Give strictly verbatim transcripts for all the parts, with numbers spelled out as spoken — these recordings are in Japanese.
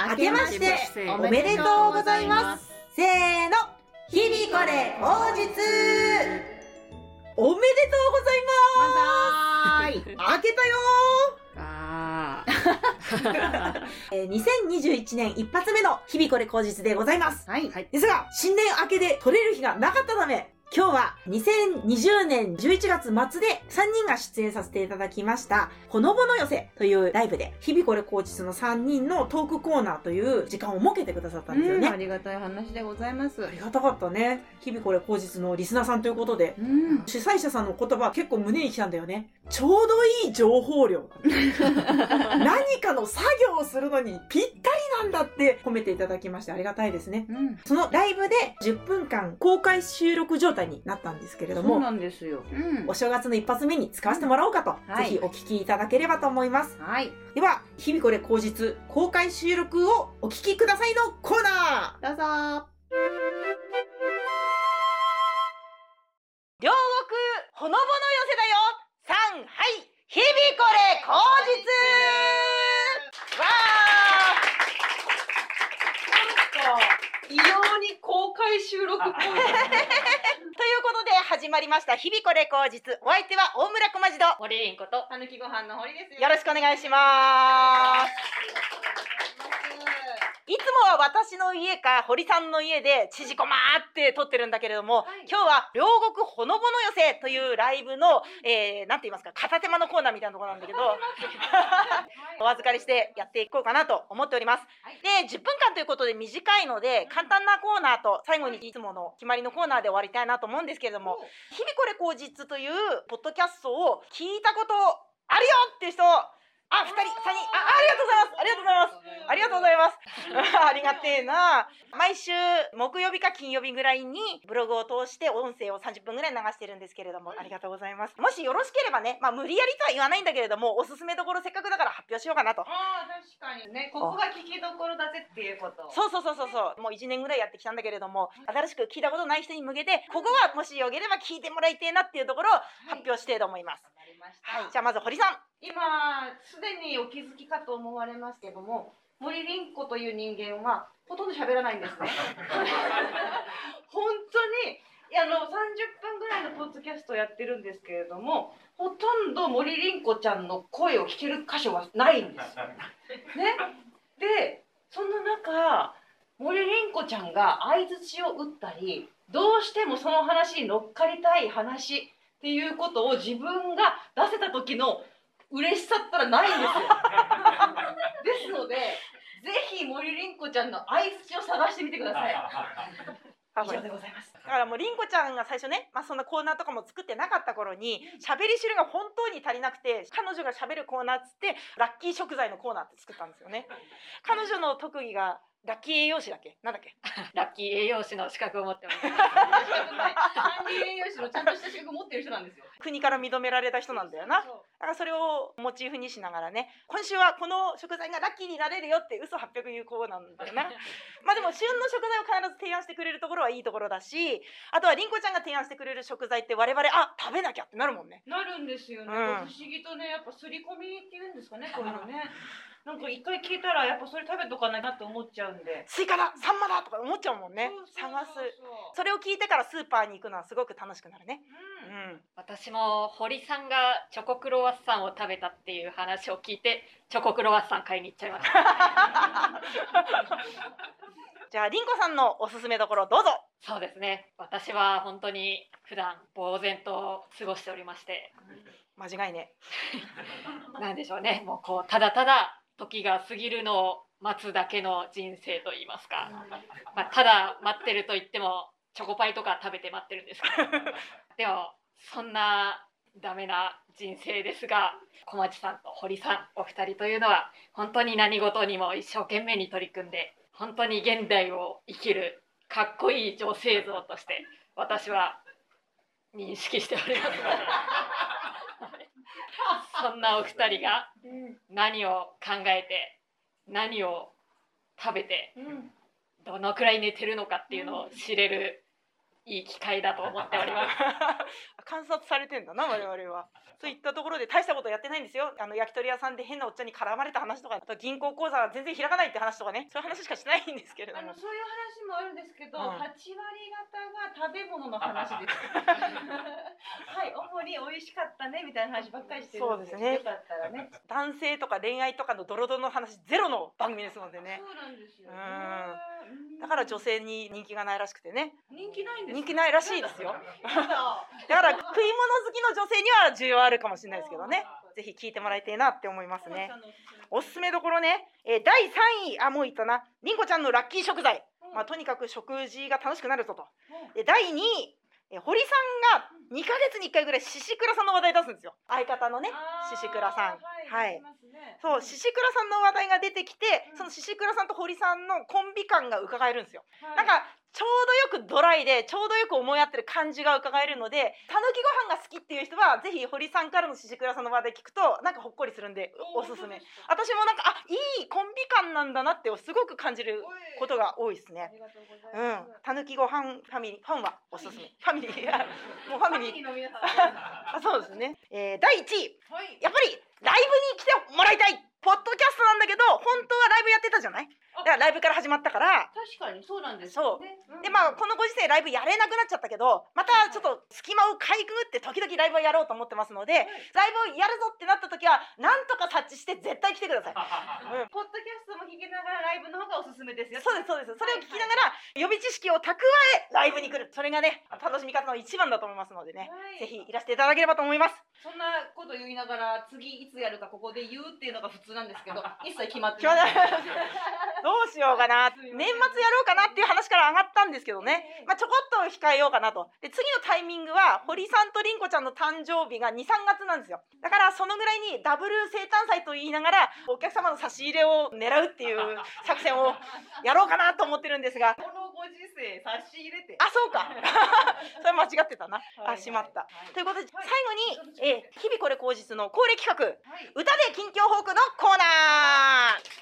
明けましておめでとうございます。せーの、日々これ口実。おめでとうございます。明けたよー。あーにせんにじゅういちねん一発目の日々これ口実でございます。はい。ですが、新年明けで撮れる日がなかったため、今日はにせんにじゅうねんじゅういちがつ末でさんにんが出演させていただきましたほのぼの寄せというライブで日々これ口実のさんにんのトークコーナーという時間を設けてくださったんですよね。 ありがたい話でございます。 ありがたかったね。日々これ口実のリスナーさんということで、うん、主催者さんの言葉結構胸にきたんだよね。ちょうどいい情報量何かの作業をするのにぴったりなんだって褒めていただきましてありがたいですね、うん、そのライブでじゅっぷんかん公開収録状態になったんですけれども、 そうなんですよ、 うん、お正月の一発目に使わせてもらおうかと、うん、ぜひお聞きいただければと思います、はい、では日々これ口実公開収録をお聞きくださいのコーナー、どうぞ。両国ほのぼの寄せだよ。さん、はい、日々これ口実。わー。なんか異様に公開収録っぽい。ということで始まりました日々これ口実。お相手は大村小町戸堀凛子とたぬきご飯の堀ですよ。 よろしくお願いします。いつもは私の家か堀さんの家で縮こまって撮ってるんだけれども、はい、今日は両国ほのぼの寄せというライブの、えー、なんて言いますか、片手間のコーナーみたいなところなんだけどお預かりしてやっていこうかなと思っております、はい、でじゅっぷんかんということで短いので簡単なコーナーと最後にいつもの決まりのコーナーで終わりたいなと思うんですけれども、日々これ口実というポッドキャストを聞いたことあるよっていう人、あ、ふたり、さんにん、あ、ありがとうございます。ありがとうございます。ありがとうございます。ありがてえな。毎週木曜日か金曜日ぐらいにブログを通して音声をさんじゅっぷんぐらい流してるんですけれども、ありがとうございます。もしよろしければね、まあ無理やりとは言わないんだけれども、おすすめどころせっかくだから発表しようかなと。 ああ、確かにね、ここが聞きどころだぜっていうこと。 そうそうそうそうそう。もういちねんぐらいやってきたんだけれども、新しく聞いたことない人に向けて、ここはもしよければ聞いてもらいてえなっていうところを発表していと思います。 わかりました。 はい、じゃあまず堀さん。 今すでにお気づきかと思われますけども、森凛子という人間はほとんど喋らないんですね本当にあのさんじゅっぷんぐらいのポッドキャストをやってるんですけれども、ほとんど森凛子ちゃんの声を聞ける箇所がないんですよ、ね、でそんな中森凛子ちゃんが相槌を打ったり、どうしてもその話に乗っかりたい話っていうことを自分が出せた時の嬉しさったらないんですよですので、ぜひ森凛子ちゃんの相槌を探してみてください以上でございます。 だからもう凛子ちゃんが最初ね、まあ、そんなコーナーとかも作ってなかった頃に喋り汁が本当に足りなくて、彼女が喋るコーナーっつってラッキー食材のコーナーって作ったんですよね。彼女の特技がラッキー栄養士だっけ、なんだっけラッキー栄養士の資格を持ってます。 管理栄養士のちゃんとした資格を持ってる人なんですよ。 国から認められた人なんだよな。だからそれをモチーフにしながらね、今週はこの食材がラッキーになれるよって嘘はっぴゃく言う子なんだよなまあでも旬の食材を必ず提案してくれるところはいいところだし、あとは凛子ちゃんが提案してくれる食材って我々あ食べなきゃってなるもんね。 なるんですよね、うん、不思議とね、やっぱすり込みっていうんですかね、こういうのねなんか一回聞いたらやっぱそれ食べとかないなって思っちゃうんで、 スイカだサンマだとか思っちゃうもんね。探す、それを聞いてからスーパーに行くのはすごく楽しくなるね、うんうん、私も堀さんがチョコクロワッサンを食べたっていう話を聞いてチョコクロワッサン買いに行っちゃいましたじゃあ凛子さんのおすすめどころどうぞ。 そうですね、私は本当に普段呆然と過ごしておりまして、 うん、間違いねなんでしょうね、もうこうただただ時が過ぎるのを待つだけの人生といいますか、まあ、ただ待ってると言ってもチョコパイとか食べて待ってるんですけどでもそんなダメな人生ですが、小町さんと堀さんお二人というのは本当に何事にも一生懸命に取り組んで、本当に現代を生きるかっこいい女性像として私は認識しておりますのでそんなお二人が何を考えて何を食べてどのくらい寝てるのかっていうのを知れるいい機会だと思っております観察されてんだな我々は。といったところで大したことやってないんですよ。あの焼き鳥屋さんで変なおっちゃんに絡まれた話とか、あと銀行口座が全然開かないって話とかね、そういう話しかしないんですけれども。 あのそういう話もあるんですけど、 うんはちわり方が食べ物の話ですはい主に美味しかったねみたいな話ばっかりしてるんで、 そうですねよかったらね。 男性とか恋愛とかのドロドロの話ゼロの番組ですのでね。 そうなんですよね。 うんだから女性に人気がないらしくてね。 人気ないんですか。 人気ないらしいですよ。 やだだから食い物好きの女性には需要あるかもしれないですけどね。ぜひ聞いてもらいたいなって思いますね。おすすめどころね、えー、だいさんい、あもう言ったな、りんこちゃんのラッキー食材、まあ、とにかく食事が楽しくなるぞと。でだいにい、えー、堀さんがにかげつにいっかいぐらい獅子倉さんの話題出すんですよ。相方のね獅子倉さん。はい、そう獅子倉さんの話題が出てきて、その獅子倉さんと堀さんのコンビ感が伺えるんですよ。なんかちょうどよくドライでちょうどよく思い合ってる感じが伺えるので、たぬきご飯が好きっていう人はぜひ堀さんからの獅子倉さんの話題聞くとなんかほっこりするんでおすすめ。私もなんかあいいコンビ感なんだなってすごく感じることが多いですね。うんたぬきご飯ファミリーファンはおすすめ。ファミリーもうファミリーの皆さんあそうですね、えー、だいいちい、 はい、 やっぱりライブに来てもらいたい。ポッドキャストなんだけど本当はライブやってたじゃない。だからライブから始まったから。 確かにそうなんですよね。 そうでまあこのご時世ライブやれなくなっちゃったけど、またちょっと隙間をかいくぐって時々ライブをやろうと思ってますので、はい、ライブをやるぞってなった時はなんとか察知して絶対来てください、うん、 ポッドキャストも聞きながらライブの方がおすすめですよ。 そうですそうです。それを聞きながら予備知識を蓄えライブに来る、それがね楽しみ方の一番だと思いますのでね、はい、ぜひいらしていただければと思います。 そんなこと言いながら次いつやるかここで言うっていうのが普通なんですけど一切決まってないどうしようかな、年末やろうかなっていう話から上がったんですけどね、まあ、ちょこっと控えようかなと。で次のタイミングは堀さんとりんこちゃんの誕生日がにさんがつなんですよ。だからそのぐらいにダブル生誕祭と言いながらお客様の差し入れを狙うっていう作戦をやろうかなと思ってるんですが、 このご時世差し入れてあそうかそれ間違ってたな、はい、あしまった、はい、ということで、はい、最後に、えー、日々これ口実の恒例企画、はい、歌で近況報告のコーナー。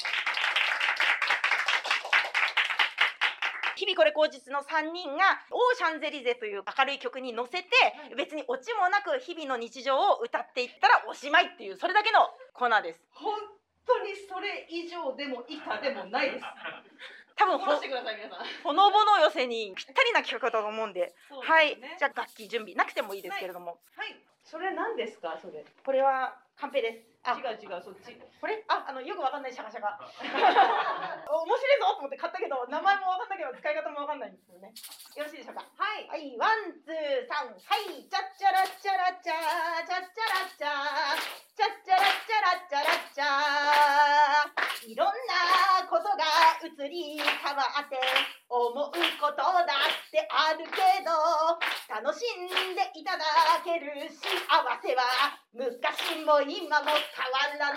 日々これ口実のさんにんがオーシャンゼリゼという明るい曲に乗せて、別にオチもなく日々の日常を歌っていったらおしまいっていう、それだけのコーナーです。 本当にそれ以上でも以下でもないです。 多分ほしてください皆さん。 ほのぼの寄せにぴったりな企画だと思うんで、 そうですね、 はい、じゃあ楽器準備なくてもいいですけれども、 はい、はい、それ何ですかそれ。 これはカンペです。あ違う違うそっち。 これああのよくわかんないシャカシャカ。面白いぞと思って買ったけど名前もわかんないけど使い方もわかんないんですよね。よろしいでしょうか。はい。はい、ワンツーサンはいチャッチャラッチャラッチャーチャッチャラッチャーチャッチャラッチャラッチャラッチャー、いろんなことが移り変わって思うことだってあるけど、楽しんでいただける幸せは昔も今も変わらない。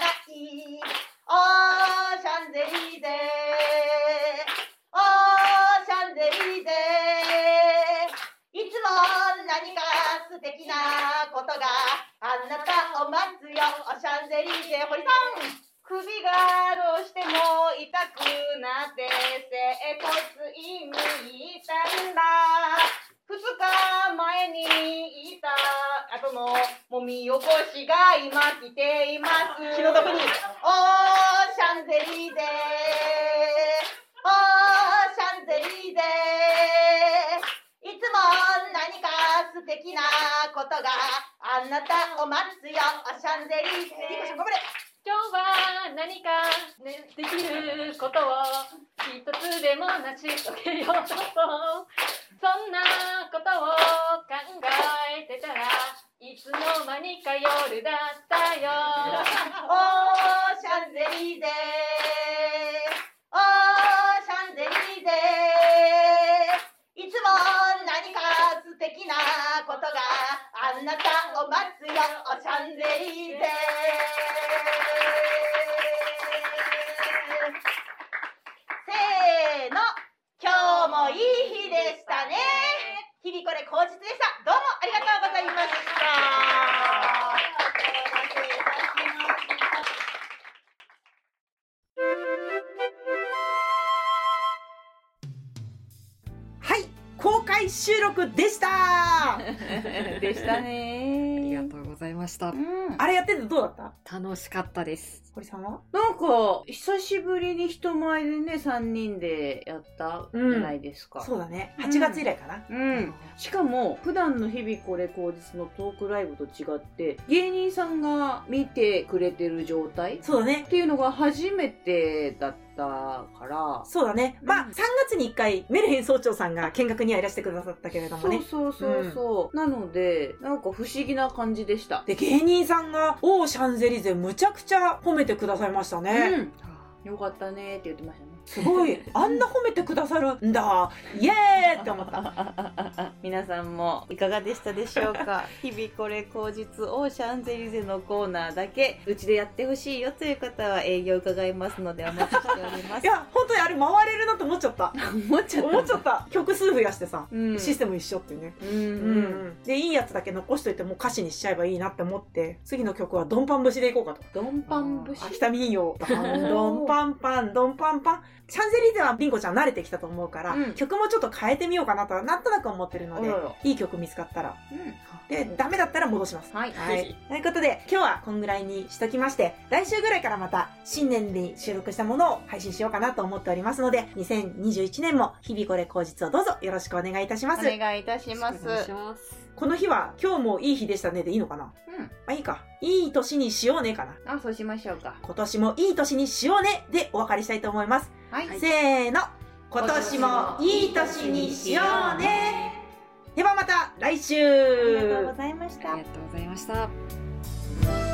オーシャンゼリゼオーシャンゼリゼ、いつも何か素敵なことがあなたを待つよ。オーシャンゼリゼ。堀さん、首がどうしても痛くなって整骨院に行ったんだ。ふつかまえにいた後のもみ起こしが今来ています。気の毒にオーシャンゼリゼオーシャンゼリゼ、いつも何か素敵なことがあなたを待つよ。オーシャンゼリゼ。リコちゃん頑張れ。 今日は何か、ね、できることを一つでも成し遂げようと、そんなことを考えてたらいつの間にか夜だったよ。 オーシャンゼリゼオーシャンゼリゼ、いつも何か素敵なことがあなたを待つよ。オーシャンゼリゼ。せーの、今日もいい日でしたね。日々これ口実でした。どうもありがとうございました。はい、公開収録曲でしたでしたね。 ありがとうございました。 うん、 あれやっててどうだった？ 楽しかったです。 堀さんは？ なんか久しぶりに人前でねさんにんでやったじゃないですか。 うん、そうだね。はちがつ以来かな。 うん。うん、しかも普段の日々これ口実のトークライブと違って芸人さんが見てくれてる状態。 そうだね。 っていうのが初めてだったから。 そうだね。まあ、うん、さんがつにいっかいメルヘン総長さんが見学にはいらしてくださったけれどもね。 そうそうそうそう、うん、なのでなんか不思議な感じでした。 で芸人さんがオーシャンゼリゼむちゃくちゃ褒めてくださいましたね。 うん、よかったねって言ってましたね。 すごいあんな褒めてくださるんだイエーイって思った皆さんもいかがでしたでしょうか日々これ口実オーシャンゼリゼのコーナーだけうちでやってほしいよという方は営業伺いますのでお待ちしております。 いや本当にあれ回れるなと思っちゃった思っちゃった思っちゃった曲数増やしてさ、 うん、 システム一緒っていうね、うんうんうん、でいいやつだけ残しといてもう歌詞にしちゃえばいいなって思って次の曲はドンパン節でいこうかと。 ドンパン節、 秋田民謡ドンパンパンドンパンパン。シャンゼリゼはビンコちゃん慣れてきたと思うから、うん、曲もちょっと変えてみようかなとなんとなく思ってるので、いい曲見つかったら、うん、でダメだったら戻します。 はい、 はい、ということで今日はこんぐらいにしときまして、来週ぐらいからまた新年に収録したものを配信しようかなと思っておりますので、にせんにじゅういちねんも日々これ口実をどうぞよろしくお願いいたします。 お願いいたします。 この日は今日もいい日でしたねでいいのかな。うん、あいいか、いい年にしようねかな。 あ、そうしましょうか。 今年もいい年にしようねでお別れしたいと思います。 はい、 せーの、今年もいい年にしようね。ではまた来週。 ありがとうございました。 ありがとうございました。